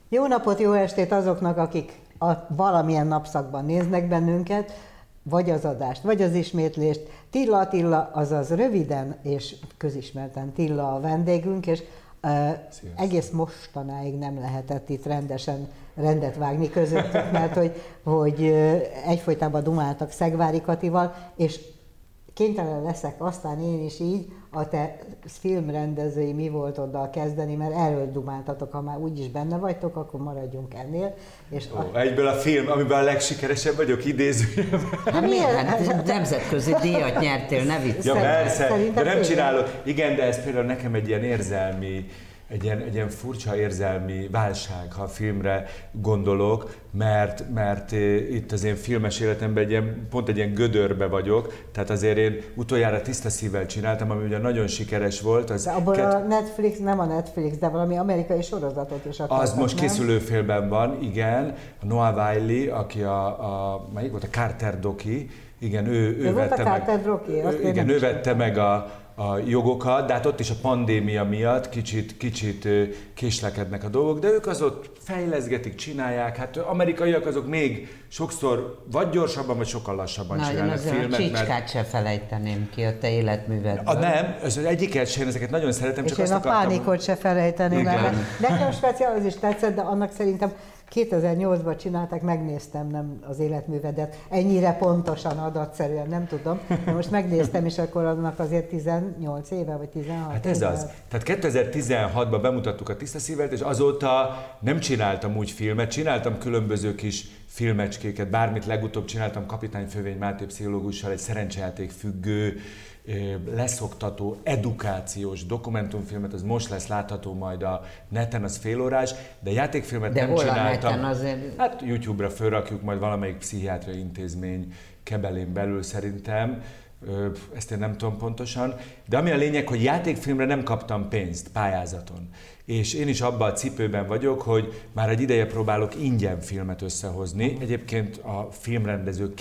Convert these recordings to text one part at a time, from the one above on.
Jó napot, jó estét azoknak, akik valamilyen napszakban néznek bennünket, vagy az adást, vagy az ismétlést. Tilla Attila, azaz röviden és közismerten Tilla a vendégünk, és egész mostanáig nem lehetett itt rendesen rendet vágni közöttük, mert hogy egyfolytában dumáltak Szegvári Katival, és kénytelen leszek aztán én is így a te filmrendezői mi volt oddal kezdeni, mert erről dumáltatok, ha már úgyis benne vagytok, akkor maradjunk ennél. És egyből a film, amiben a legsikeresebb vagyok, idézőjelben. Hát miért? Hát nemzetközi díjat nyertél, ne viccelj. Ja persze, de nem csinálok. Igen, de ez például nekem egy ilyen érzelmi, egy ilyen furcsa érzelmi válság, ha a filmre gondolok, mert itt az én filmes életemben pont egy ilyen gödörbe vagyok, tehát azért én utoljára Tiszta szívvel csináltam, ami ugye nagyon sikeres volt. De abból a Netflix, nem a Netflix, de valami amerikai sorozatot is akartak, az most nem? készülőfilmben van, igen, a Noah Wyle, aki melyik volt, a Carter doki, igen, ő vette meg. Carter doki, igen, ő vette meg a jogokat, de hát ott is a pandémia miatt kicsit késlekednek a dolgok, de ők az ott fejleszgetik, csinálják, hát amerikaiak azok még sokszor vagy gyorsabban, vagy sokkal lassabban csinálnak filmet. A Csicskát se felejteném ki a te életművedből. Nem, az egyiket sem, ezeket nagyon szeretem, és csak én azt a Pánikot se felejteném, mert nekem speciál az is tetszett, de annak szerintem 2008-ban csinálták, megnéztem, nem az életművedet, ennyire pontosan adatszerűen, nem tudom, de most megnéztem, és akkor annak azért 18 éve, vagy 16 Hát ez éve. az. Tehát 2016-ban bemutattuk a Tiszta szívet, és azóta nem csináltam úgy filmet, csináltam különböző kis filmecskéket, bármit, legutóbb csináltam Kapitány Fővény Máté pszichológussal egy szerencsejáték függő, leszoktató, edukációs dokumentumfilmet, az most lesz látható majd a neten, az félórás, de játékfilmet de nem csináltam. De azért... Hát YouTube-ra fölrakjuk majd valamelyik pszichiátriai intézmény kebelén belül szerintem, ezt én nem tudom pontosan, de ami a lényeg, hogy játékfilmre nem kaptam pénzt pályázaton. És én is abban a cipőben vagyok, hogy már egy ideje próbálok ingyen filmet összehozni. Egyébként a filmrendezők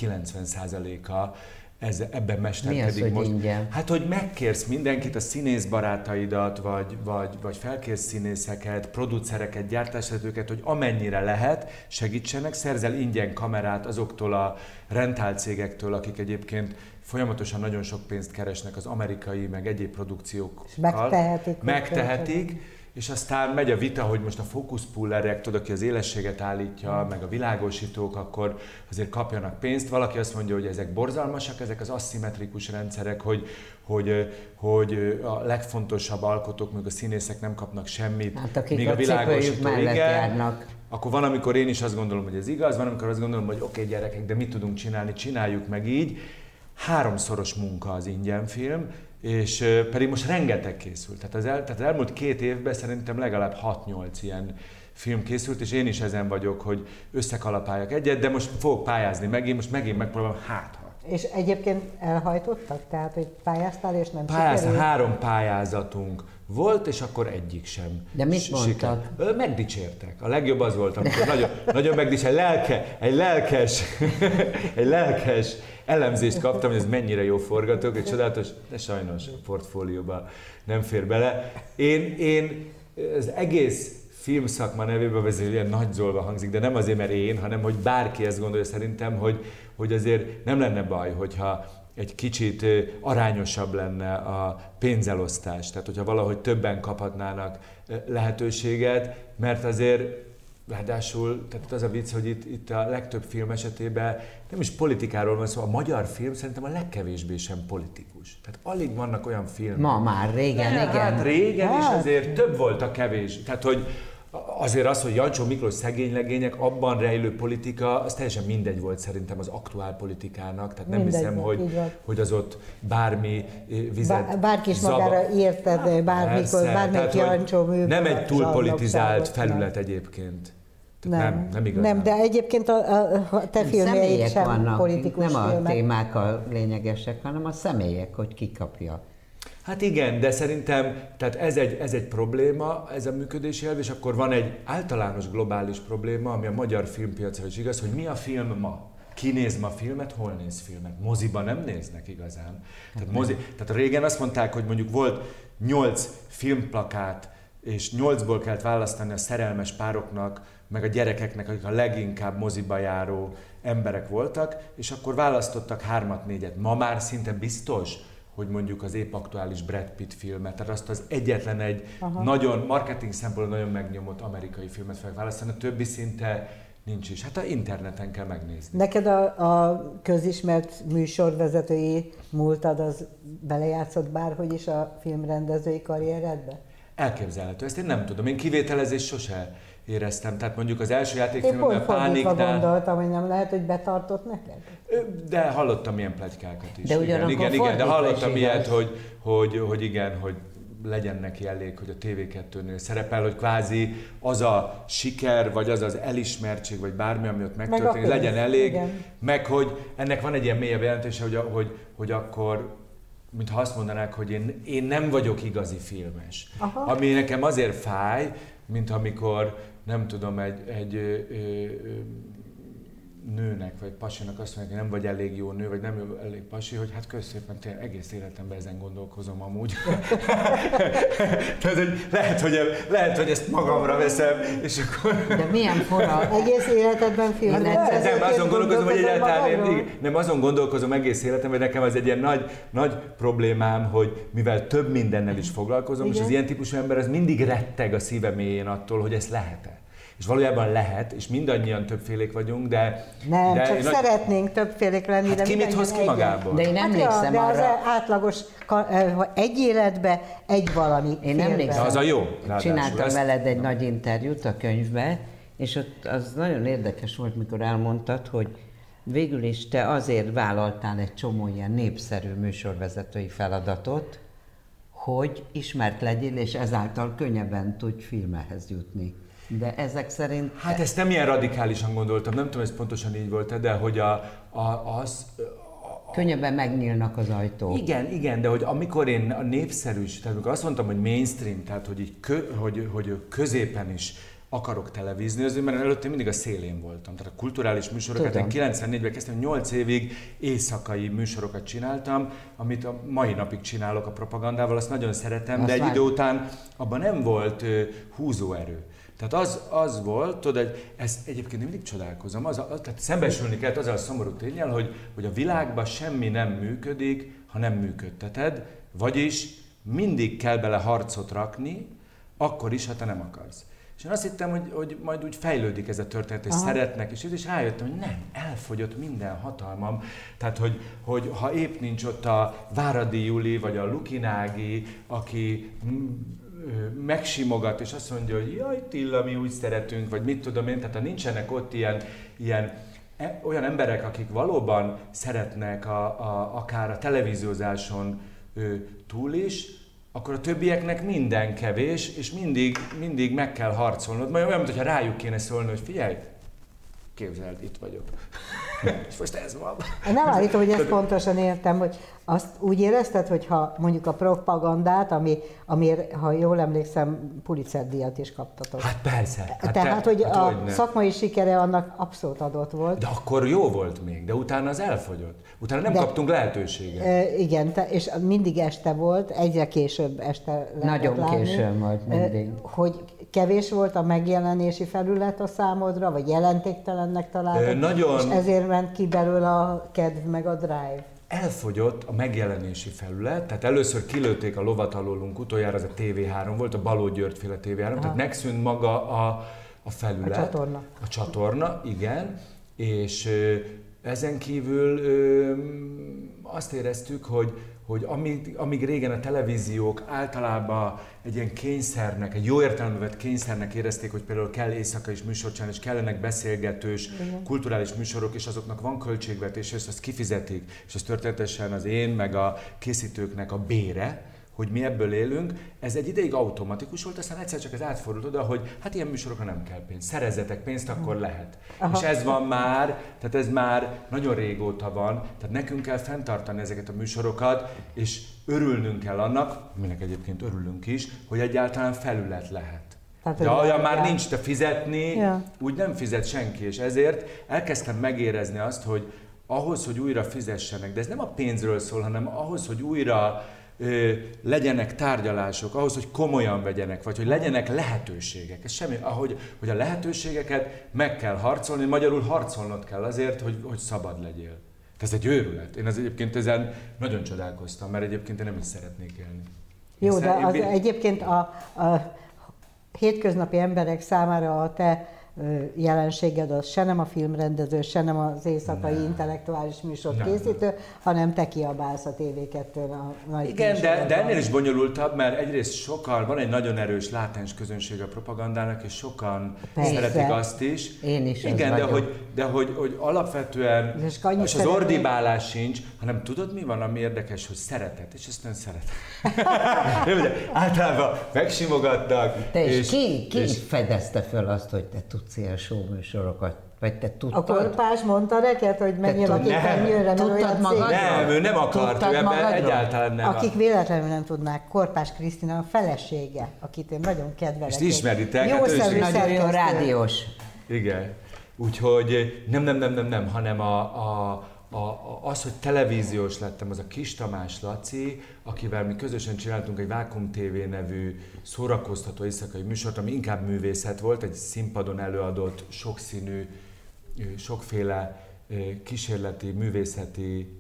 90%-a ebben mesterkedik. Mi az, most. Hogy ingyen? Hát, hogy megkérsz mindenkit, a színész barátaidat, vagy felkérsz színészeket, producereket, gyártásvezetőket, hogy amennyire lehet, segítsenek, szerzel ingyen kamerát azoktól a rentálcégektől, akik egyébként folyamatosan nagyon sok pénzt keresnek az amerikai, meg egyéb produkciókkal. Megtehetik. És aztán megy a vita, hogy most a fókuszpullerek, tudod, aki az élességet állítja, meg a világosítók, akkor azért kapjanak pénzt. Valaki azt mondja, hogy ezek borzalmasak, ezek az aszimmetrikus rendszerek, hogy a legfontosabb alkotók, még a színészek nem kapnak semmit, hát, míg a világosító igen. Járnak. Akkor van, amikor én is azt gondolom, hogy ez igaz, van, amikor azt gondolom, hogy oké, gyerekek, de mit tudunk csinálni, csináljuk meg így. 3-szoros munka az ingyenfilm, és pedig most rengeteg készült. Tehát az elmúlt 2 évben szerintem legalább 6-8 ilyen film készült, és én is ezen vagyok, hogy összekalapáljak egyet, de most fogok pályázni megint megpróbálom, És egyébként elhajtottak? Tehát, hogy pályáztál és nem sikerült? 3 pályázatunk volt, és akkor egyik sem. De mit mondtak? Megdicsértek. A legjobb az volt, amikor nagyon megdicsértek. Egy lelkes elemzést kaptam, hogy ez mennyire jó forgatók, egy csodálatos, de sajnos a portfólióba nem fér bele. Én az egész filmszakma nevében, ez ilyen nagy zolva hangzik, de nem azért, mert én, hanem hogy bárki ezt gondolja szerintem, hogy azért nem lenne baj, hogyha egy kicsit arányosabb lenne a pénzelosztás, tehát hogyha valahogy többen kaphatnának lehetőséget, mert azért ráadásul, tehát az a vicc, hogy itt a legtöbb film esetében nem is politikáról van szó, a magyar film szerintem a legkevésbé sem politikus. Tehát alig vannak olyan filmek. Ma már, régen, igen. Hát régen is azért több volt a kevés. Tehát, hogy azért az, hogy Jancsó Miklós szegénylegények, abban rejlő politika, az teljesen mindegy volt szerintem az aktuál politikának, tehát nem mindegy hiszem, hogy az ott bármi vizet... Bárki is magára érted, bármikor, bármelyik Jancsó művel. Nem egy túl politizált felület egyébként. Nem igazán. Nem, de egyébként a te filmjeid sem vannak, politikus nem filmek. A témák a lényegesek, hanem a személyek, hogy ki kapja. Hát igen, de szerintem tehát ez egy probléma, ez a működési elv, és akkor van egy általános globális probléma, ami a magyar filmpiacra is igaz, hogy mi a film ma. Ki néz ma filmet, hol néz filmet? Moziban nem néznek igazán. Tehát régen azt mondták, hogy mondjuk volt 8 filmplakát és 8-ból kellett választani a szerelmes pároknak, meg a gyerekeknek, akik a leginkább moziba járó emberek voltak, és akkor választottak 3-4-et. Ma már szinte biztos, hogy mondjuk az épp aktuális Brad Pitt filmet, tehát azt az egyetlen egy nagyon, marketing szempontból nagyon megnyomott amerikai filmet fogják választani, a többi szinte nincs is. Hát a interneten kell megnézni. Neked a közismert műsorvezetői múltad az belejátszott bárhogy is a filmrendezői karrieredbe? Elképzelhető, ezt én nem tudom. Én kivételezést sose éreztem. Tehát mondjuk az első játékfilmben a Pániknál... gondoltam, hogy nem lehet, hogy betartott neked? De hallottam ilyen pletykákat is. De igen, de hallottam ilyet, hogy igen, hogy legyen neki elég, hogy a TV2-nél szerepel, hogy kvázi az a siker, vagy az az elismertség, vagy bármi, ami ott megtörténik, legyen elég, igen. Meg hogy ennek van egy ilyen mélyebb jelentése, hogy akkor mintha azt mondanák, hogy én nem vagyok igazi filmes. Aha. Ami nekem azért fáj, mint amikor, nem tudom, egy nőnek, vagy pasinak azt mondják, hogy nem vagy elég jó nő, vagy nem elég pasi, hogy hát köszönöm, tényleg egész életemben ezen gondolkozom amúgy. Tehát, hogy lehet, hogy ezt magamra veszem, és akkor... De milyen fora, egész életedben filmrendezőként nem, azon gondolkozom, hogy egyáltalán nem azon gondolkozom egész életemben, hogy nekem az egy ilyen nagy problémám, hogy mivel több mindennel is foglalkozom, igen. És az ilyen típusú ember az mindig retteg a szíve mélyén attól, hogy ezt lehet-e. És valójában lehet, és mindannyian többfélék vagyunk, de... Nem, csak szeretnénk többfélék lenni, hát de ki mit hoz ki magából? De én emlékszem de arra... az átlagos, egy életbe egy valami Én emlékszem, az a jó. Csináltam veled egy nagy interjút a könyvbe, és ott az nagyon érdekes volt, mikor elmondtad, hogy végül is te azért vállaltál egy csomó ilyen népszerű műsorvezetői feladatot, hogy ismert legyél, és ezáltal könnyebben tudj filmhez jutni. De ezek szerint... Hát ezt nem ilyen radikálisan gondoltam, nem tudom, ez pontosan így volt, de hogy könnyebben megnyílnak az ajtók. Igen, de hogy amikor én a népszerűs, tehát amikor azt mondtam, hogy mainstream, tehát hogy, hogy középen is akarok televízni, mert előtte mindig a szélén voltam. Tehát a kulturális műsorokat, én 94-ben kezdtem, 8 évig éjszakai műsorokat csináltam, amit a mai napig csinálok a propagandával, azt nagyon szeretem, azt de egy idő után abban nem volt húzóerő. Tehát az volt, tudod, ezt egyébként mindig csodálkozom, tehát szembesülni kellett azzal a szomorú ténnyel, hogy a világban semmi nem működik, ha nem működteted, vagyis mindig kell bele harcot rakni, akkor is, ha te nem akarsz. És én azt hittem, hogy majd úgy fejlődik ez a történet, és szeretnek, és rájöttem, hogy nem, elfogyott minden hatalmam. Tehát, hogy ha épp nincs ott a Váradi Juli, vagy a Lukinági, aki megsimogat, és azt mondja, hogy jaj, Tilla, mi úgy szeretünk, vagy mit tudom én, tehát ha nincsenek ott olyan emberek, akik valóban szeretnek akár a televíziózáson túl is, akkor a többieknek minden kevés, és mindig meg kell harcolnod. Majd olyan, mintha rájuk kéne szólni, hogy figyelj, képzeld, itt vagyok. És most ez van. Nem állítom, hogy ezt pontosan értem, hogy azt úgy érezted, hogy ha mondjuk a propagandát, amiért, ha jól emlékszem, Pulitzer-díjat is kaptatok. Hát persze. Tehát, hogy a szakmai sikere annak abszolút adott volt. De akkor jó volt még, de utána az elfogyott. Utána nem kaptunk lehetőséget. Igen, és mindig este volt, egyre később este lehetett nagyon látni. Későn volt mindig. Hogy kevés volt a megjelenési felület a számodra, vagy jelentéktelennek találtad, nagyon... és ezért ment ki belőle a kedv meg a drive. Elfogyott a megjelenési felület, tehát először kilőtték a lovat alólunk, utoljára az a TV3 volt, a Balogh György féle TV3, tehát megszűnt maga a felület. A csatorna, igen, és ezen kívül azt éreztük, hogy amíg régen a televíziók általában egy ilyen kényszernek, egy jó értelemben vett kényszernek érezték, hogy például kell éjszaka is műsort csinálni, és kellenek beszélgetős, kulturális műsorok, és azoknak van költségvetés, és azt kifizetik, és az történetesen az én, meg a készítőknek a bére, hogy mi ebből élünk, ez egy ideig automatikus volt, aztán egyszer csak ez átfordult oda, hogy hát ilyen műsorokra nem kell pénz, szerezzetek pénzt, akkor lehet. És ez van már, tehát ez már nagyon régóta van, tehát nekünk kell fenntartani ezeket a műsorokat, és örülnünk kell annak, minek egyébként örülünk is, hogy egyáltalán felület lehet. De olyan már nincs, te fizetni, úgy nem fizet senki, és ezért elkezdtem megérezni azt, hogy ahhoz, hogy újra fizessenek, de ez nem a pénzről szól, hanem ahhoz, hogy újra legyenek tárgyalások, ahhoz, hogy komolyan vegyenek, vagy hogy legyenek lehetőségek. Ez semmi, hogy a lehetőségeket meg kell harcolni, magyarul harcolnod kell azért, hogy szabad legyél. Ez egy őrület. Én egyébként ezen nagyon csodálkoztam, mert egyébként én nem is szeretnék élni. Jó, de egyébként a hétköznapi emberek számára a te jelenséged az se nem a filmrendező, se nem az éjszakai intellektuális műsor készítő, hanem te kiabálsz a TV2-n a nagy. Igen, de ennél is bonyolultabb, mert egyrészt sokan, van egy nagyon erős látens közönség a propagandának, és sokan szeretik azt is. Én is. Igen, de hogy alapvetően és az ordibálás sincs, hanem tudod mi van, ami érdekes, hogy szeretet, és ezt nem szeretet. Általában megsimogatnak. És ki fedezte föl azt, hogy te tudsz ilyen showműsorokat? Vagy te tudtad? A Korpás mondta neked, hogy menjél a képernyőre, mert olyan magadról? Nem, ő nem akart, ő ebben egyáltalán nem. Akik véletlenül nem tudnák, Korpás Krisztina a felesége, akit én nagyon kedvelek. Ezt ismeritek? Jó szemű nagyon jó rádiós. Igen. Úgyhogy nem, hanem az, hogy televíziós lettem, az a Kis Tamás Laci, akivel mi közösen csináltunk egy Vákum TV nevű szórakoztató éjszakai műsort, ami inkább művészet volt, egy színpadon előadott, sokszínű, sokféle kísérleti, művészeti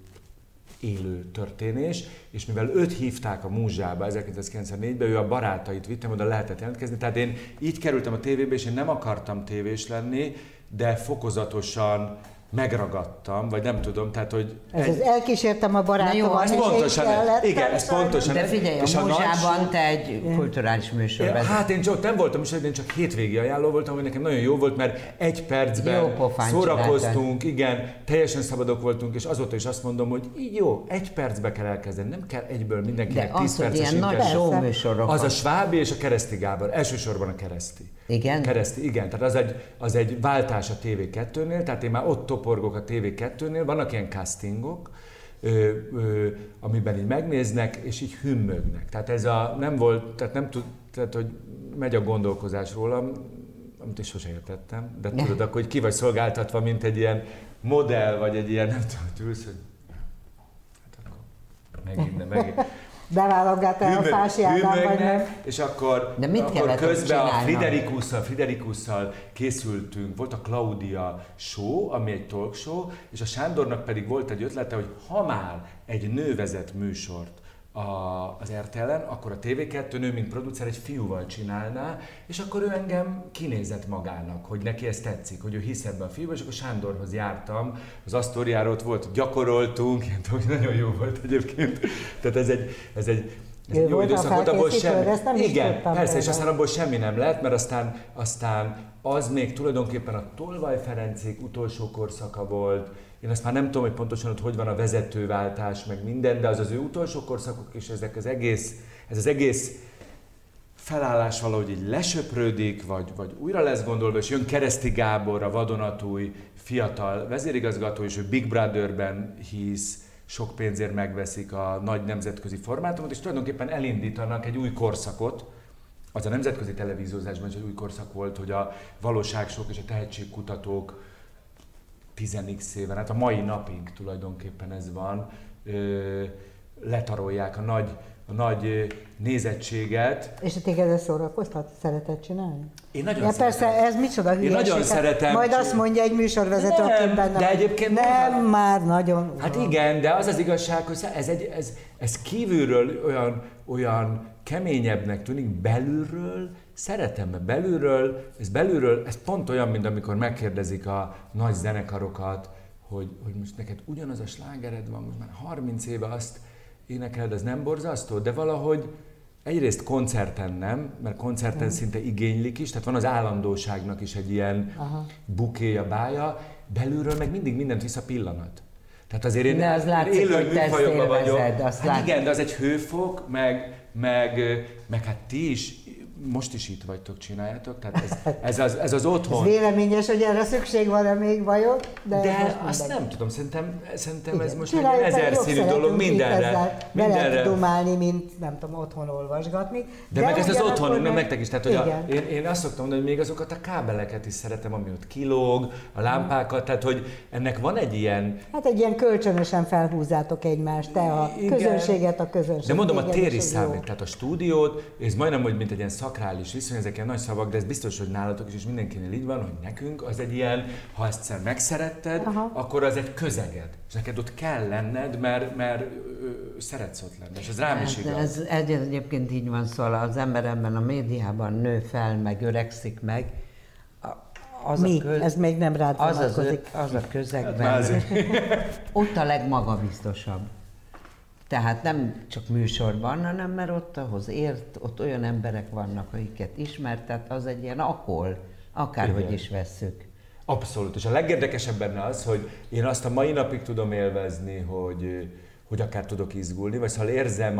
élő történés, és mivel őt hívták a Múzsába 1994-ben, ő a barátait vittem, oda lehetett jelentkezni, tehát én így kerültem a tévébe, és én nem akartam tévés lenni, de fokozatosan megragadtam, vagy nem tudom, tehát hogy... elkísértem a barátomat, és pontosan, igen, ez pontosan. De figyelj, a Múzsában te egy kulturális műsorvezető. Hát én csak nem voltam műsorban, én csak hétvégi ajánló voltam, hogy nekem nagyon jó volt, mert egy percben szórakoztunk, igen, teljesen szabadok voltunk, és azóta is azt mondom, hogy így jó, egy percbe kell elkezdeni, nem kell egyből mindenkinek 10 perces ilyen nagy showműsorok. Az a Svábi és a Kereszti Gábor, elsősorban a Kereszti. Igen? Kereszti, igen, tehát az egy váltás a TV2-nél, tehát én már ott toporgok a TV2-nél, vannak ilyen castingok, amiben így megnéznek, és így hümmögnek. Tehát ez nem volt, tehát nem tud, tehát hogy megy a gondolkozás rólam, amit is sose értettem, de tudod akkor, hogy ki vagy szolgáltatva, mint egy ilyen modell, vagy egy ilyen, nem tudom, ülsz, hogy hát akkor megint. Beválogattál a Fási Ádám, vagy nem? És akkor közben a Friderikusszal készültünk, volt a Claudia show, ami egy talk show, és a Sándornak pedig volt egy ötlete, hogy ha már egy nő vezet műsort az RTL-en, akkor a TV2 nő, mint producer egy fiúval csinálná, és akkor ő engem kinézett magának, hogy neki ez tetszik, hogy ő hisz ebben a fiúba, és akkor Sándorhoz jártam, az Asztóriáról ott volt, gyakoroltunk, nagyon jó volt egyébként. Tehát ez egy jó időszak volt, abból semmi. Igen, persze, és aztán abból semmi nem lett, mert aztán az még tulajdonképpen a Tolvaj Ferencék utolsó korszaka volt. Én azt már nem tudom, hogy pontosan hogy van a vezetőváltás, meg minden, de az ő utolsó korszakok, és ez az egész felállás valahogy így lesöprődik, vagy újra lesz gondolva, és jön Kereszti Gábor, a vadonatúj fiatal vezérigazgató, és ő Big Brotherben hisz, sok pénzért megveszik a nagy nemzetközi formátumot, és tulajdonképpen elindítanak egy új korszakot. Az a nemzetközi televíziózásban is egy új korszak volt, hogy a valóságsok és a tehetségkutatók 10x éven, hát a mai napig tulajdonképpen ez van, letarolják a nagy nézettséget. És téged ez szórakoztat? Szereted csinálni? Én nagyon szeretem. Persze, ez micsoda hülyeség. Én nagyon szeretem. Majd azt mondja egy műsorvezető, aki benne. De egyébként nem, már nagyon... Hát igen, de az igazság, hogy ez kívülről olyan keményebbnek tűnik, belülről szeretem, mert belülről, ez pont olyan, mint amikor megkérdezik a nagy zenekarokat, hogy most neked ugyanaz a slágered van, most már 30 éve azt énekeled, az nem borzasztó, de valahogy egyrészt koncerten nem, mert koncerten szinte igénylik is, tehát van az állandóságnak is egy ilyen bukéja, bája, belülről meg mindig mindent visz a pillanat. Tehát azért én élő műfajokban vagyok. Hát igen, de az egy hőfok, meg hát ti is most is itt vagytok, csináljátok, tehát ez az otthon. Ez véleményes, hogy erre szükség van-e még vajon? De azt nem tudom, szerintem ez most egy ezerszínű dolog mindenre. Bele dumálni, mint nem tudom, otthon olvasgatni. De meg ez az otthonunk, nem nektek is. Tehát, hogy én azt szoktam mondani, hogy még azokat a kábeleket is szeretem, ami ott kilóg, a lámpákat, tehát hogy ennek van egy ilyen... Hát egy ilyen kölcsönösen felhúzzátok egymást, te a közönséget, a közönség. De mondom, a tér is számít, tehát a stúdiót, ez majdnem, hogy mint egy ilyen szakrális viszony, ezek ilyen nagy szavak, de ez biztos, hogy nálatok is, és mindenkinél így van, hogy nekünk az egy ilyen, ha ezt megszeretted, akkor az egy közeged. És neked ott kell lenned, mert szeretsz ott lenni, és ez rám is igaz. Ez egyébként így van, szóval az ember ebben a médiában nő fel, meg öregszik meg. Ez még nem rád vonatkozik. Az a közegben, ott a legmagabiztosabb. Tehát nem csak műsorban, hanem mert ott ahhoz ért, ott olyan emberek vannak, akiket ismer, tehát az egy ilyen ahol, akárhogy is vesszük. Abszolút, és a legérdekesebb benne az, hogy én azt a mai napig tudom élvezni, hogy akár tudok izgulni, vagy szóval érzem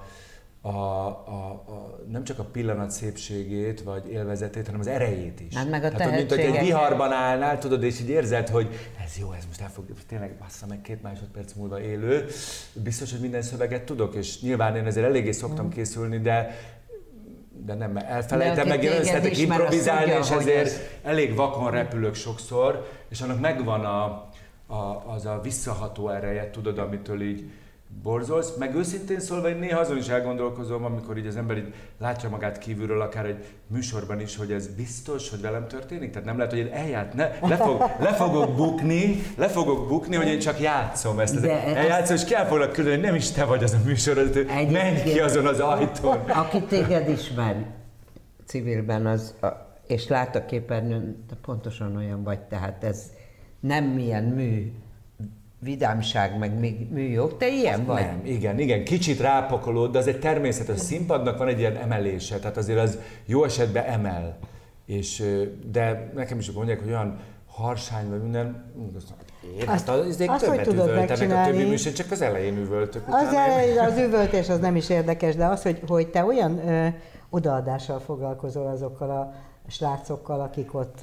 nem csak a pillanat szépségét, vagy élvezetét, hanem az erejét is. Hát meg a tehát, mint hogy egy viharban állnál, tudod, és így érzed, hogy ez jó, ez most el fog, tényleg bassza meg 2 másodperc múlva élő. Biztos, hogy minden szöveget tudok, és nyilván én ezért eléggé szoktam készülni, de nem elfelejtem, meg én olyan szeretek improvizálni, és ezért elég vakon repülök sokszor, és annak megvan az a visszaható ereje, tudod, amitől így borzolsz, meg őszintén szólva én néha azon is elgondolkozom, amikor így az ember így látja magát kívülről, akár egy műsorban is, hogy ez biztos, hogy velem történik? Tehát nem lehet, hogy én le fogok bukni, hogy én csak játszom ezt. Eljátszom, és ki el fognak küldeni, hogy nem is te vagy az a műsor, menj ki azon az ajtón. Aki téged ismer civilben, és lát a képernyőn, de pontosan olyan vagy, tehát ez nem milyen vidámság, meg műjog, te ilyen vagy? Nem, igen, kicsit rápakolód, de az egy természetes színpadnak van egy ilyen emelése, tehát azért az jó esetben emel. De nekem is mondják, hogy olyan harsány vagy minden, azt hogy tudod megcsinálni. A többi műsor, csak az elején üvöltök. Az üvöltés az nem is érdekes, de az, hogy te olyan odaadással foglalkozol azokkal a srácokkal, akik ott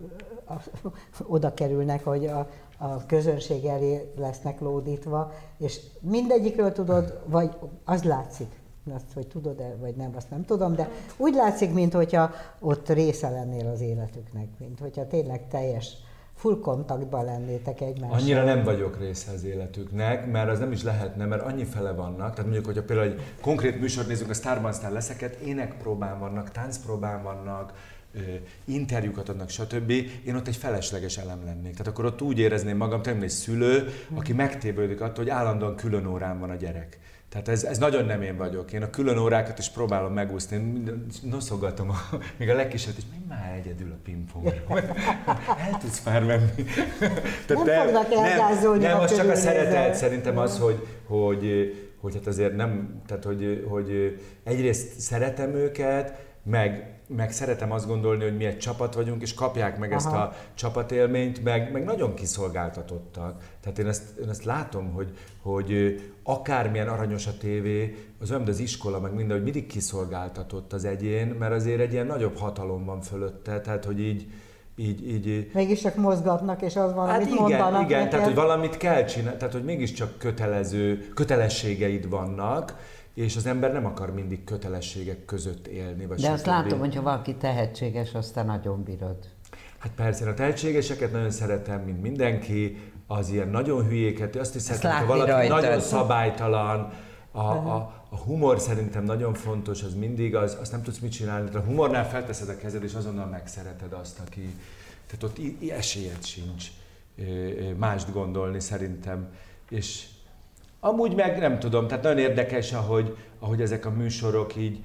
oda kerülnek, hogy a közönség elé lesznek lódítva, és mindegyikről tudod, vagy az látszik, azt, hogy tudod-e, vagy nem, azt nem tudom, de úgy látszik, minthogyha ott része lennél az életüknek, minthogyha tényleg teljes, full kontaktban lennétek egymással. Annyira nem vagyok része az életüknek, mert az nem is lehetne, mert annyi fele vannak, tehát mondjuk, hogyha például egy konkrét műsort nézzük, a Starban Star leszeket, énekpróbán vannak, táncpróbán vannak, interjúkat adnak, stb. Én ott egy felesleges elem lennék. Tehát akkor ott úgy érezném magam, tényleg egy szülő, aki megtévődik attól, hogy állandóan külön órán van a gyerek. Tehát ez nagyon nem én vagyok. Én a külön órákat is próbálom megúszni. Noszogatom még a legkisebb, és még már egyedül a pingpongról. El tudsz már menni. Nem fognak elgázolni. Nem, az csak a szeretet. Szerintem az, hogy hát azért nem, tehát hogy egyrészt szeretem őket, meg szeretem azt gondolni, hogy mi egy csapat vagyunk, és kapják meg ezt a csapatélményt, meg nagyon kiszolgáltatottak. Tehát én ezt látom, hogy akármilyen aranyos a tévé, az olyan, mint az iskola, meg minden, hogy mindig kiszolgáltatott az egyén, mert azért egy ilyen nagyobb hatalom van fölötte, tehát hogy így... Mégis csak mozgatnak, és az van, hát amit mondanak igen, tehát hogy valamit kell csinálni, tehát hogy mégiscsak kötelességeid vannak, és az ember nem akar mindig kötelességek között élni. Vagy de azt látom, hogyha valaki tehetséges, aztán nagyon bírod. Hát persze, a tehetségeseket nagyon szeretem, mint mindenki, az ilyen nagyon hülyéket, azt is szeretem, ha valaki rajtad. Nagyon szabálytalan, a humor szerintem nagyon fontos, az mindig, azt nem tudsz mit csinálni, a humornál felteszed a kezed, és azonnal megszereted azt, aki... Tehát ott esélyed sincs mást gondolni szerintem, és amúgy meg nem tudom, tehát nagyon érdekes, ahogy ezek a műsorok így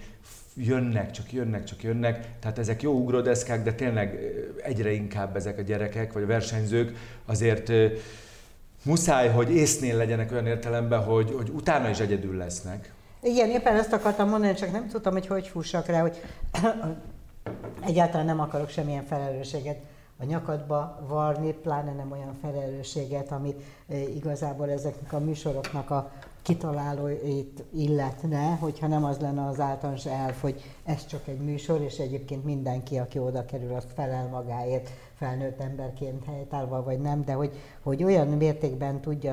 jönnek, tehát ezek jó ugródeszkák, de tényleg egyre inkább ezek a gyerekek, vagy a versenyzők azért muszáj, hogy észnél legyenek olyan értelemben, hogy utána is egyedül lesznek. Igen, éppen ezt akartam mondani, csak nem tudtam, hogy fussak rá, hogy egyáltalán nem akarok semmilyen felelősséget a nyakadba varni, pláne nem olyan felelősséget, amit igazából ezeknek a műsoroknak a kitalálóit illetne, hogyha nem az lenne az általános elv, hogy ez csak egy műsor, és egyébként mindenki, aki oda kerül, azt felel magáért, felnőtt emberként helytállva vagy nem, de hogy olyan mértékben tudja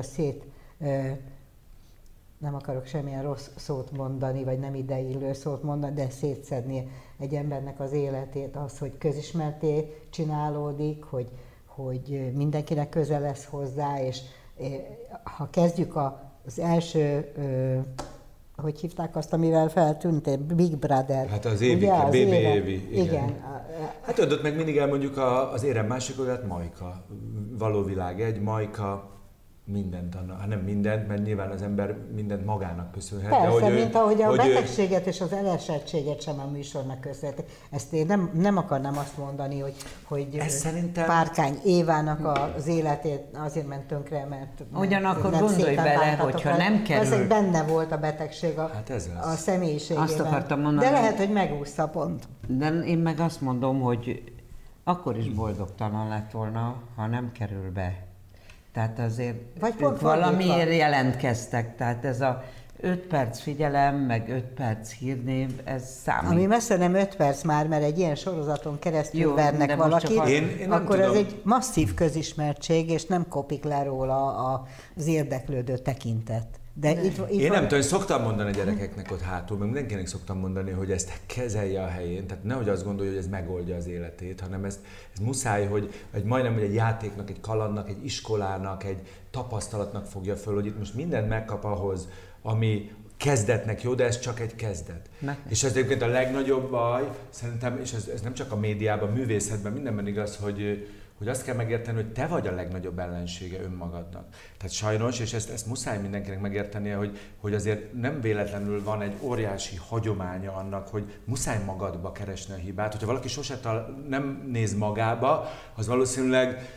nem akarok semmilyen rossz szót mondani, vagy nem ideillő szót mondani, de szétszedni egy embernek az életét, az, hogy közismerté csinálódik, hogy mindenkinek köze lesz hozzá, és ha kezdjük az első, hogy hívták azt, amivel feltűnt, Big Brother. Hát az évi, BB évi. Igen. Hát ott meg mindig elmondjuk az érem másik oldalát, Majka. Való világ egy, Majka mindent annak, hát nem mindent, mert nyilván az ember mindent magának köszönhet. Persze, de mint ahogy a betegséget és az elesettséget sem a műsornak köszönhet. Ezt én nem akarnám azt mondani, hogy szerintem... Párkány Évának az életét azért ment tönkre, mert ugyanakkor gondolj bele, hogyha nem kerül... Ezek benne volt a betegség a személyiségében. Azt akartam mondani. De lehet, hogy megúszta pont. De én meg azt mondom, hogy akkor is boldogtalan lett volna, ha nem kerül be. Tehát azért valamiért jelentkeztek, tehát ez a 5 perc figyelem, meg 5 perc hírnév, ez számít. Ami messze nem 5 perc már, mert egy ilyen sorozaton keresztül vernek valakit, akkor ez egy masszív közismertség, és nem kopik le róla az érdeklődő tekintet. Én nem tudom, szoktam mondani a gyerekeknek ott hátul, meg mindenkinek szoktam mondani, hogy ezt kezelje a helyén, tehát nehogy azt gondolja, hogy ez megoldja az életét, hanem ez muszáj, hogy majdnem egy játéknak, egy kalandnak, egy iskolának, egy tapasztalatnak fogja föl, hogy itt most mindent megkap ahhoz, ami kezdetnek jó, de ez csak egy kezdet. És ez egyébként a legnagyobb baj, szerintem, és ez nem csak a médiában, a művészetben, mindenben igaz, hogy azt kell megérteni, hogy te vagy a legnagyobb ellensége önmagadnak. Tehát sajnos, és ezt muszáj mindenkinek megértenie, hogy azért nem véletlenül van egy óriási hagyománya annak, hogy muszáj magadba keresni a hibát. Hogyha valaki sose nem néz magába, az valószínűleg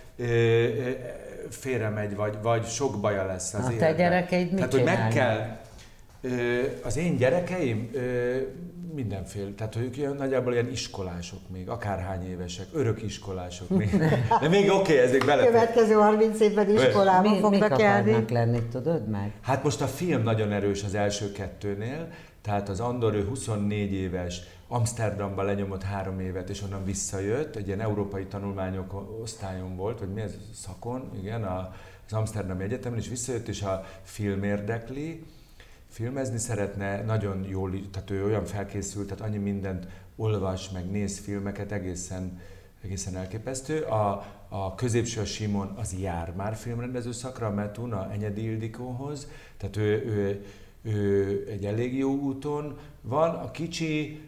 félremegy, vagy sok baja lesz az életben. A te gyerekeid mit csinálnak? Tehát, hogy meg kell... Az én gyerekeim mindenféle, tehát ők nagyjából ilyen iskolások még, akárhány évesek, örök iskolások még. De még oké, ez még belefér. Következő 30 évben iskolában fognak járni. Mik akarnak lenni, tudod meg? Hát most a film nagyon erős az első 2-nél, tehát az Andor, ő 24 éves, Amsterdamba lenyomott 3 évet, és onnan visszajött, egy ilyen európai tanulmányok osztályon volt, vagy mi ez, szakon, igen, az Amsterdami Egyetemen, és visszajött, és a film érdekli, filmezni szeretne, nagyon jól, tehát ő olyan felkészült, tehát annyi mindent olvas, meg néz filmeket, egészen elképesztő. A középső, a Simon, az jár már filmrendező szakra, a Metun, a Enyedi Ildikóhoz, tehát ő egy elég jó úton van. A kicsi,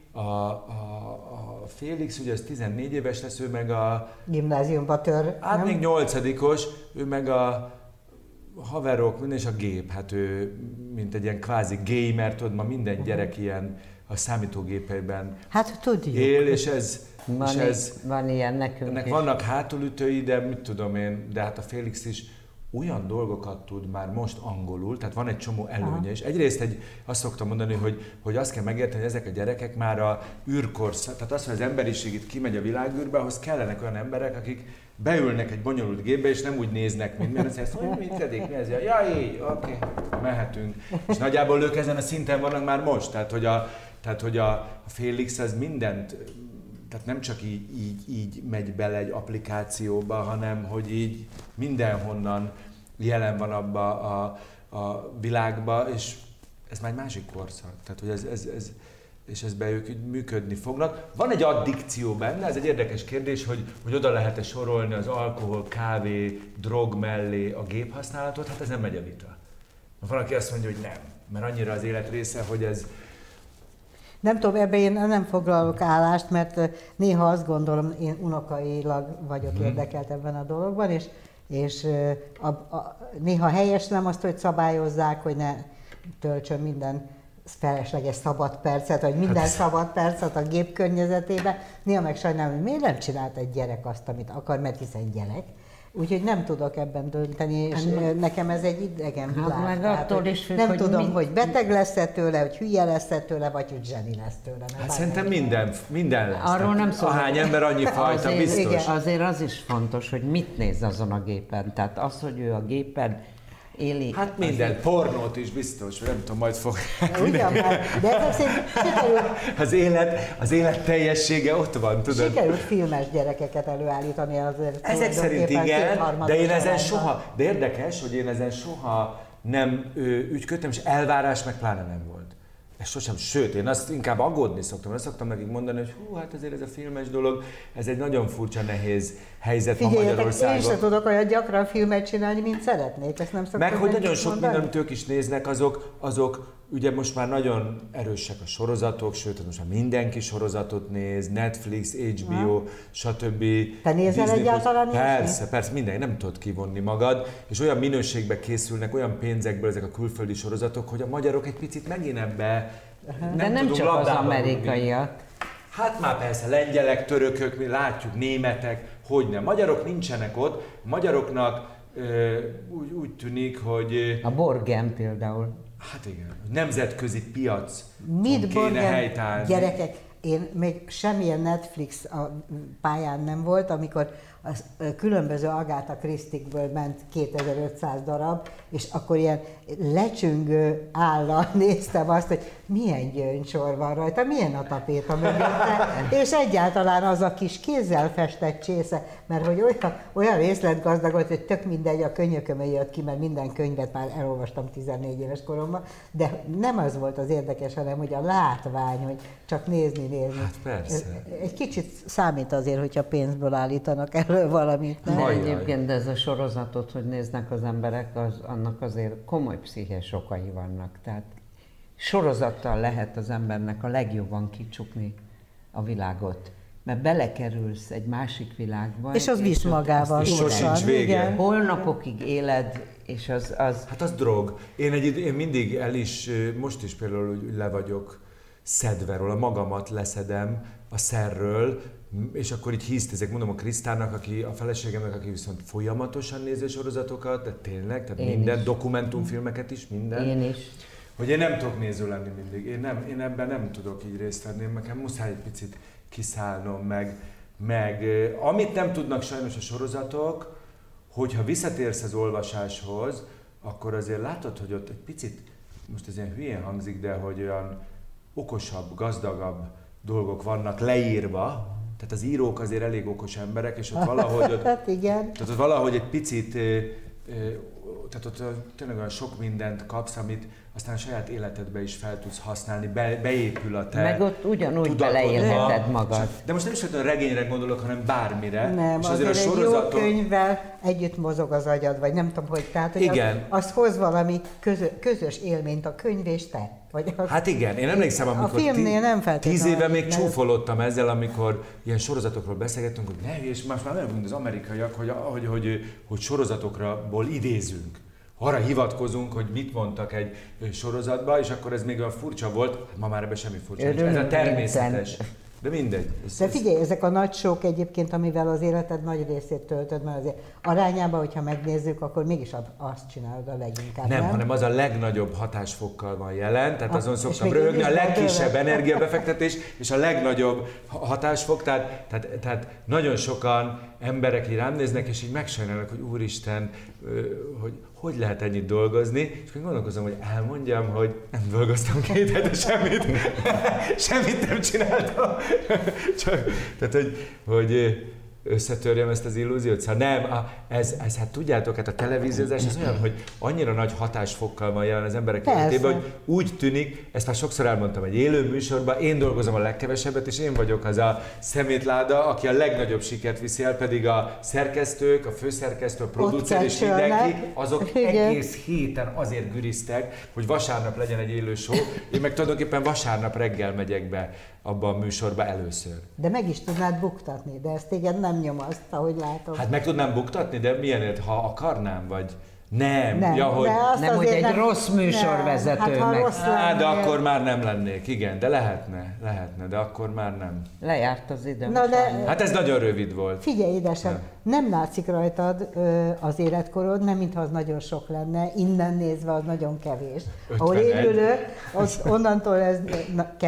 a Félix, ugye az 14 éves lesz, ő meg a... Gimnáziumba tör. Hát még 8-os, ő meg a haverok, minden, és a gép, hát ő, mint egy ilyen kvázi gamer, tudod, ma minden gyerek ilyen a számítógépeiben él, és ez... Van ilyen nekünk ennek is. Vannak hátulütői, de mit tudom én, de hát a Félix is olyan dolgokat tud már most angolul, tehát van egy csomó előnye, és egyrészt azt szoktam mondani, hogy azt kell megérteni, hogy ezek a gyerekek már a űrkorszak, tehát az, hogy az emberiség itt kimegy a világűrbe, ahhoz kellenek olyan emberek, akik beülnek egy bonyolult gépbe, és nem úgy néznek, mint mi, azt mondja, mit tedik, mi ez? Ja, oké, mehetünk. És nagyjából ők ezen a szinten vannak már most, tehát hogy a Félix az mindent, tehát nem csak így megy bele egy applikációba, hanem hogy így mindenhonnan jelen van abba a világba, és ez már egy másik korszak. Tehát, hogy és ezben ők működni fognak. Van egy addikció benne, ez egy érdekes kérdés, hogy oda lehet-e sorolni az alkohol, kávé, drog mellé a géphasználatot, hát ez nem megy a vita. Valaki azt mondja, hogy nem, mert annyira az élet része, hogy ez... Nem tudom, ebben én nem foglalok állást, mert néha azt gondolom, én unokailag vagyok érdekelt ebben a dologban, és néha helyeslem azt, hogy szabályozzák, hogy ne töltsön minden felesleges szabad percet, vagy minden szabad percet a gép környezetében. Néha meg sajnálom, hogy miért nem csinált egy gyerek azt, amit akar, mert hiszen gyerek. Úgyhogy nem tudok ebben dönteni, és nekem ez egy idegen világ. Nem tudom, hogy beteg lesz-e tőle, hogy hülye lesz-e tőle, vagy hogy zseni lesz tőle. Hát szerintem minden lesz. Arról nem szól. Ahány ember, annyi fajta, biztos. Igen. Azért az is fontos, hogy mit néz azon a gépen. Tehát az, hogy ő a gépen éli. Hát minden, pornót is biztos, nem tudom, majd fog. Ugyan már, de ezek szerint sikerült, Az élet teljessége ott van, tudod? Sikerült filmes gyerekeket előállítani azért. Ezek szerint igen, de én ezen családban. soha, de érdekes, hogy én ezen soha nem ügyködtem, és elvárás meg pláne nem volt. Ez sosem, sőt, én azt inkább aggódni szoktam, azt szoktam nekik mondani, hogy hát azért ez a filmes dolog, ez egy nagyon furcsa, nehéz helyzet ma Magyarországon. Én sem tudok olyan gyakran filmet csinálni, mint szeretnék, ezt nem szoktam. Meg hogy nagyon sok mondani? minden, amit ők is néznek, azok ugye most már nagyon erősek a sorozatok, sőt, most már mindenki sorozatot néz, Netflix, HBO, stb. Te nézel Disney+. egyáltalán Persze, mindenki, nem tudod kivonni magad, és olyan minőségbe készülnek, olyan pénzekből ezek a külföldi sorozatok, hogy a magyarok egy picit megint ebbe De nem csak az amerikaiak. Hát már persze, lengyelek, törökök, mi látjuk, németek, hogyne. Magyarok nincsenek ott, magyaroknak úgy tűnik, hogy... A Borgen például. Hát igen, nemzetközi piac Mit kéne Borgen, helytállni. gyerekek, én még semmilyen Netflix pályán nem volt, amikor különböző Agatha Christie-ből ment 2500 darab, és akkor ilyen lecsüngő állal néztem azt, hogy milyen gyöngysor van rajta, milyen a tapéta mögötte, és egyáltalán az a kis kézzel festett csésze, mert hogy olyan részletgazdag volt, hogy tök mindegy, a könyökömön jött ki, mert minden könyvet már elolvastam 14 éves koromban, de nem az volt az érdekes, hanem hogy a látvány, hogy csak nézni. Hát persze. Egy kicsit számít azért, hogyha pénzből állítanak elő valamit, nem? De Ajaj. egyébként de ez a sorozatot, hogy néznek az emberek, annak azért komoly pszichés okai vannak. Tehát sorozattal lehet az embernek a legjobban kicsukni a világot. Mert belekerülsz egy másik világba. És az visz magával. és sosincs vége. Igen. Holnapokig éled, és az... Hát az drog. Én mindig most is például úgy le vagyok szedve róla, magamat leszedem a szerről, és akkor így híztezek, mondom a Krisztának, a feleségemnek, aki viszont folyamatosan nézi sorozatokat, de tényleg, tehát Én minden, is. dokumentumfilmeket is, minden. Én is. Hogy én nem tudok néző lenni mindig, én ebben nem tudok így részt venni, nekem muszáj egy picit kiszállnom, meg amit nem tudnak sajnos a sorozatok, hogyha visszatérsz az olvasáshoz, akkor azért látod, hogy ott egy picit, most ez ilyen hülyén hangzik, de hogy olyan okosabb, gazdagabb dolgok vannak leírva, tehát az írók azért elég okos emberek, és ott valahogy Hát igen. tehát ott valahogy egy picit, tehát ott tényleg olyan sok mindent kapsz, amit aztán a saját életedbe is fel tudsz használni, beépül a te Meg ott ugyanúgy tudatodba. beleélheted magad. De most nem is olyan regényre gondolok, hanem bármire. Nem, és azért egy jó könyvvel együtt mozog az agyad, vagy nem tudom, hogy tehát, hogy Igen. az hoz valami közös élményt a könyv és te. Vagy az, Hát igen, én emlékszem, amikor filmnél nem 10 éve még mert- csúfolottam ezzel, amikor ilyen sorozatokról beszélgettünk, hogy ne, és most már nem mint az amerikaiak, hogy sorozatokból idézünk. Arra hivatkozunk, hogy mit mondtak egy sorozatban, és akkor ez még olyan furcsa volt, ma már ebben semmi furcsa nincs. Ez a Örülünk természetes. De mindegy. De figyelj, ezek a nagy sók egyébként, amivel az életed nagy részét töltöd, mert azért arányában, hogyha megnézzük, akkor mégis azt csinálod a leginkább, Nem, hanem az a legnagyobb hatásfokkal van jelen, tehát azon és szoktam még röhögni, így a is legkisebb belőle. energiabefektetés és a legnagyobb hatásfok, tehát nagyon sokan emberek így rám néznek, és így megsajnálnak, hogy úristen, hogy lehet ennyit dolgozni, és még gondolkozom, hogy elmondjam, hogy nem dolgoztam 2 hete semmit nem csináltam. Tehát, hogy összetörjem ezt az illúziót. Szóval nem, ez hát tudjátok, hát a televíziózás az olyan, hogy annyira nagy hatásfokkal van jelen az emberek életében, hogy úgy tűnik, ezt már sokszor elmondtam egy élő műsorban, én dolgozom a legkevesebbet, és én vagyok az a szemétláda, aki a legnagyobb sikert viszi el, pedig a szerkesztők, a főszerkesztő, a producer és mindenki, azok egész héten azért güriztek, hogy vasárnap legyen egy élő show, én meg tulajdonképpen vasárnap reggel megyek be abba a műsorba először. De meg is tudnád buktatni, de ezt téged nem nyomaszt, ahogy látom. Hát meg tudnám buktatni, de milyenért, ha akarnám, vagy nem. Nem, Ja, hogy... de azt Nem, hogy azért egy rossz műsorvezető ha meg. rossz de lennél- akkor már nem lennék, igen, de lehetne, de akkor már nem. Lejárt az idő. Na de Hát ez nagyon rövid volt. figyelj, édesem, nem látszik rajtad az életkorod, nem mintha az nagyon sok lenne, innen nézve az nagyon kevés. Ahol 51. épülök, onnantól ez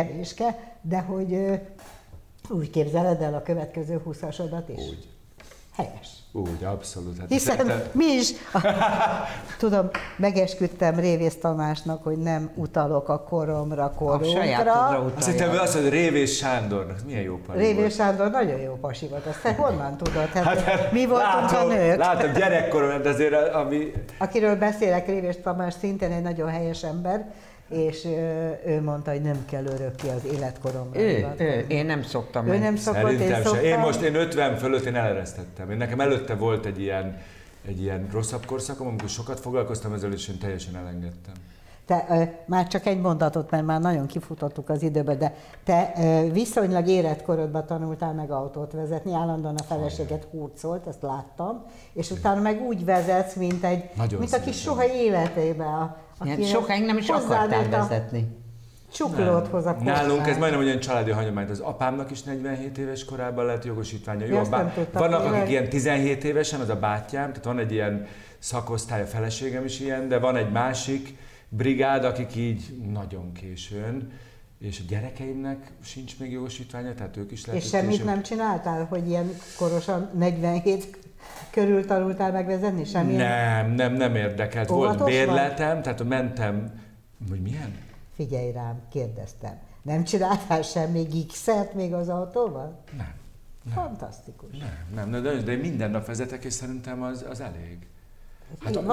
kevéske, de hogy úgy képzeled el a következő 20-asodat is? Úgy. Helyes. Úgy, abszolút. Hát Hiszen mi is, tudom, megesküdtem Révész Tamásnak, hogy nem utalok a koromra, korunkra. Azt hittem, hogy azt mondod, Révész Sándornak. Milyen jó pasi volt. Révész Sándor nagyon jó pasi volt. Azt te honnan tudod? Hát, mi voltunk a nők. Látom, gyerekkorom, de azért ami... Akiről beszélek, Révész Tamás szintén egy nagyon helyes ember, és ő mondta, hogy nem kell örökké az életkoromra. Én nem szoktam. Ő nem szokott, Szerintem se. Én 50 fölött én eleresztettem. Nekem előtte volt egy ilyen rosszabb korszakom, amikor sokat foglalkoztam ezzel, és én teljesen elengedtem. Te már csak egy mondatot, mert már nagyon kifutottuk az időbe, de te viszonylag érett korodban tanultál meg autót vezetni, állandóan a feleséget hurcolt, ezt láttam, és utána meg úgy vezetsz, mint aki soha életében. Sokáig nem is akartál vezetni. Csuklódhoz a kocság. Nálunk ez majdnem olyan családi hagyomány. Az apámnak is 47 éves korában lett jogosítványa. Jó, vannak, akik ilyen 17 évesen, az a bátyám, tehát van egy ilyen szakosztály, a feleségem is ilyen, de van egy másik brigád, akik így nagyon későn, és a gyerekeimnek sincs még jogosítványa, tehát ők is lehet. És semmit nem csináltál, hogy ilyen korosan 47 körül tanultál megvezetni? Nem érdekelt. Volt bérletem, tehát mentem, hogy milyen? Figyelj rám, kérdeztem. Nem csináltál semmi X-et még az autóval? Nem. Fantasztikus. Nem, de minden nap vezetek, és szerintem az elég. Hát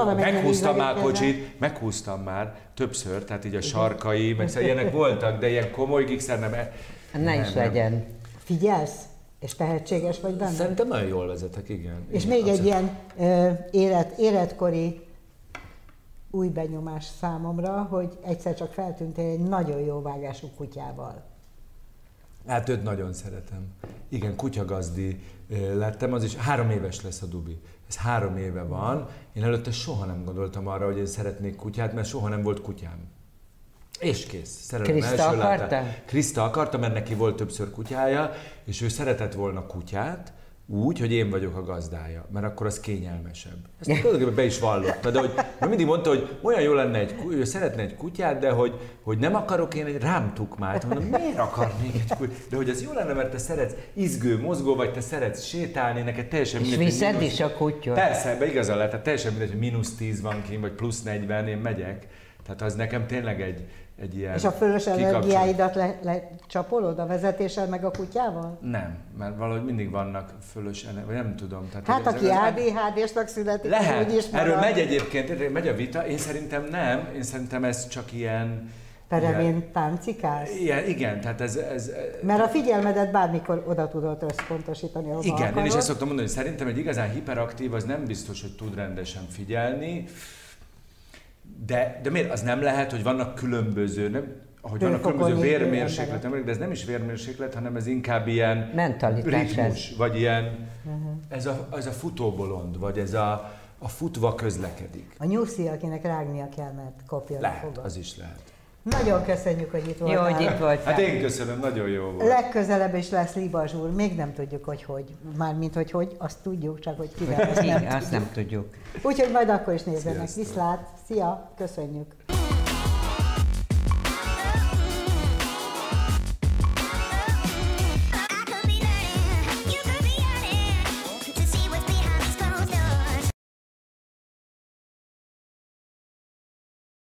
meghúztam már többször, tehát így a sarkai, meg ilyenek voltak, de ilyen komoly X-er nem. Ne is legyen. Figyelsz? És tehetséges vagy benne? Szerintem nagyon jól vezetek, igen. És igen, még abszolút. Egy ilyen életkori új benyomás számomra, hogy egyszer csak feltűntél egy nagyon jó vágású kutyával. Hát őt nagyon szeretem. Igen, kutyagazdi lettem, az is 3 éves lesz a Dubi. Ez 3 éve van. Én előtte soha nem gondoltam arra, hogy én szeretnék kutyát, mert soha nem volt kutyám. És kész. Krista akarta? Krista akarta, mert neki volt többször kutyája, és ő szeretett volna kutyát, úgy, hogy én vagyok a gazdája, mert akkor az kényelmesebb. Ezt tulajdonképpen be is vallotta, de hogy mindig mondta, hogy olyan jó lenne ő szeretne egy kutyát, de hogy nem akarok én egy rám tukmányt. Mondom, miért akarnék egy kutyát? De hogy az jó lenne, mert te szeretsz izgő, mozgó, vagy te szeretsz sétálni, neked teljesen mindegy. És viszed is a kutyát. Persze, ebbe igazán lehet, tehát teljesen mindegy, hogy -10 van kint, vagy +40, én megyek. Tehát az nekem tényleg egy ilyen... És a fölös energiáidat lecsapolod a vezetéssel meg a kutyával? Nem, mert valahogy mindig vannak fölös vagy nem tudom. Tehát hát aki ADHD-snak születik, lehet, úgy is marad. Erről megy egyébként, megy a vita, én szerintem nem, én szerintem ez csak ilyen... Peremén táncikálsz? Igen, tehát ez... Mert a figyelmedet bármikor oda tudod összpontosítani, ahova igen, akarod. Én is ezt szoktam mondani, hogy szerintem egy igazán hiperaktív, az nem biztos, hogy tud rendesen figyelni, de miért? Az nem lehet, hogy vannak különböző, vannak különböző vérmérséklet, de ez nem is vérmérséklet, hanem ez inkább ilyen ritmus, vagy ilyen, ez a futóbolond, vagy ez a futva közlekedik. A nyuszi, akinek rágnia kell, mert kopja lehet, fogad. az is lehet. Nagyon köszönjük, hogy itt voltál. Jó, hogy itt voltál. Hát én köszönöm, nagyon jó volt. Legközelebb is lesz Libazs úr, még nem tudjuk, hogy. Mármint, hogy azt tudjuk, csak hogy kivel, azt nem tudjuk. Azt nem tudjuk. Úgyhogy majd akkor is nézzenek. Viszlát, szia, köszönjük.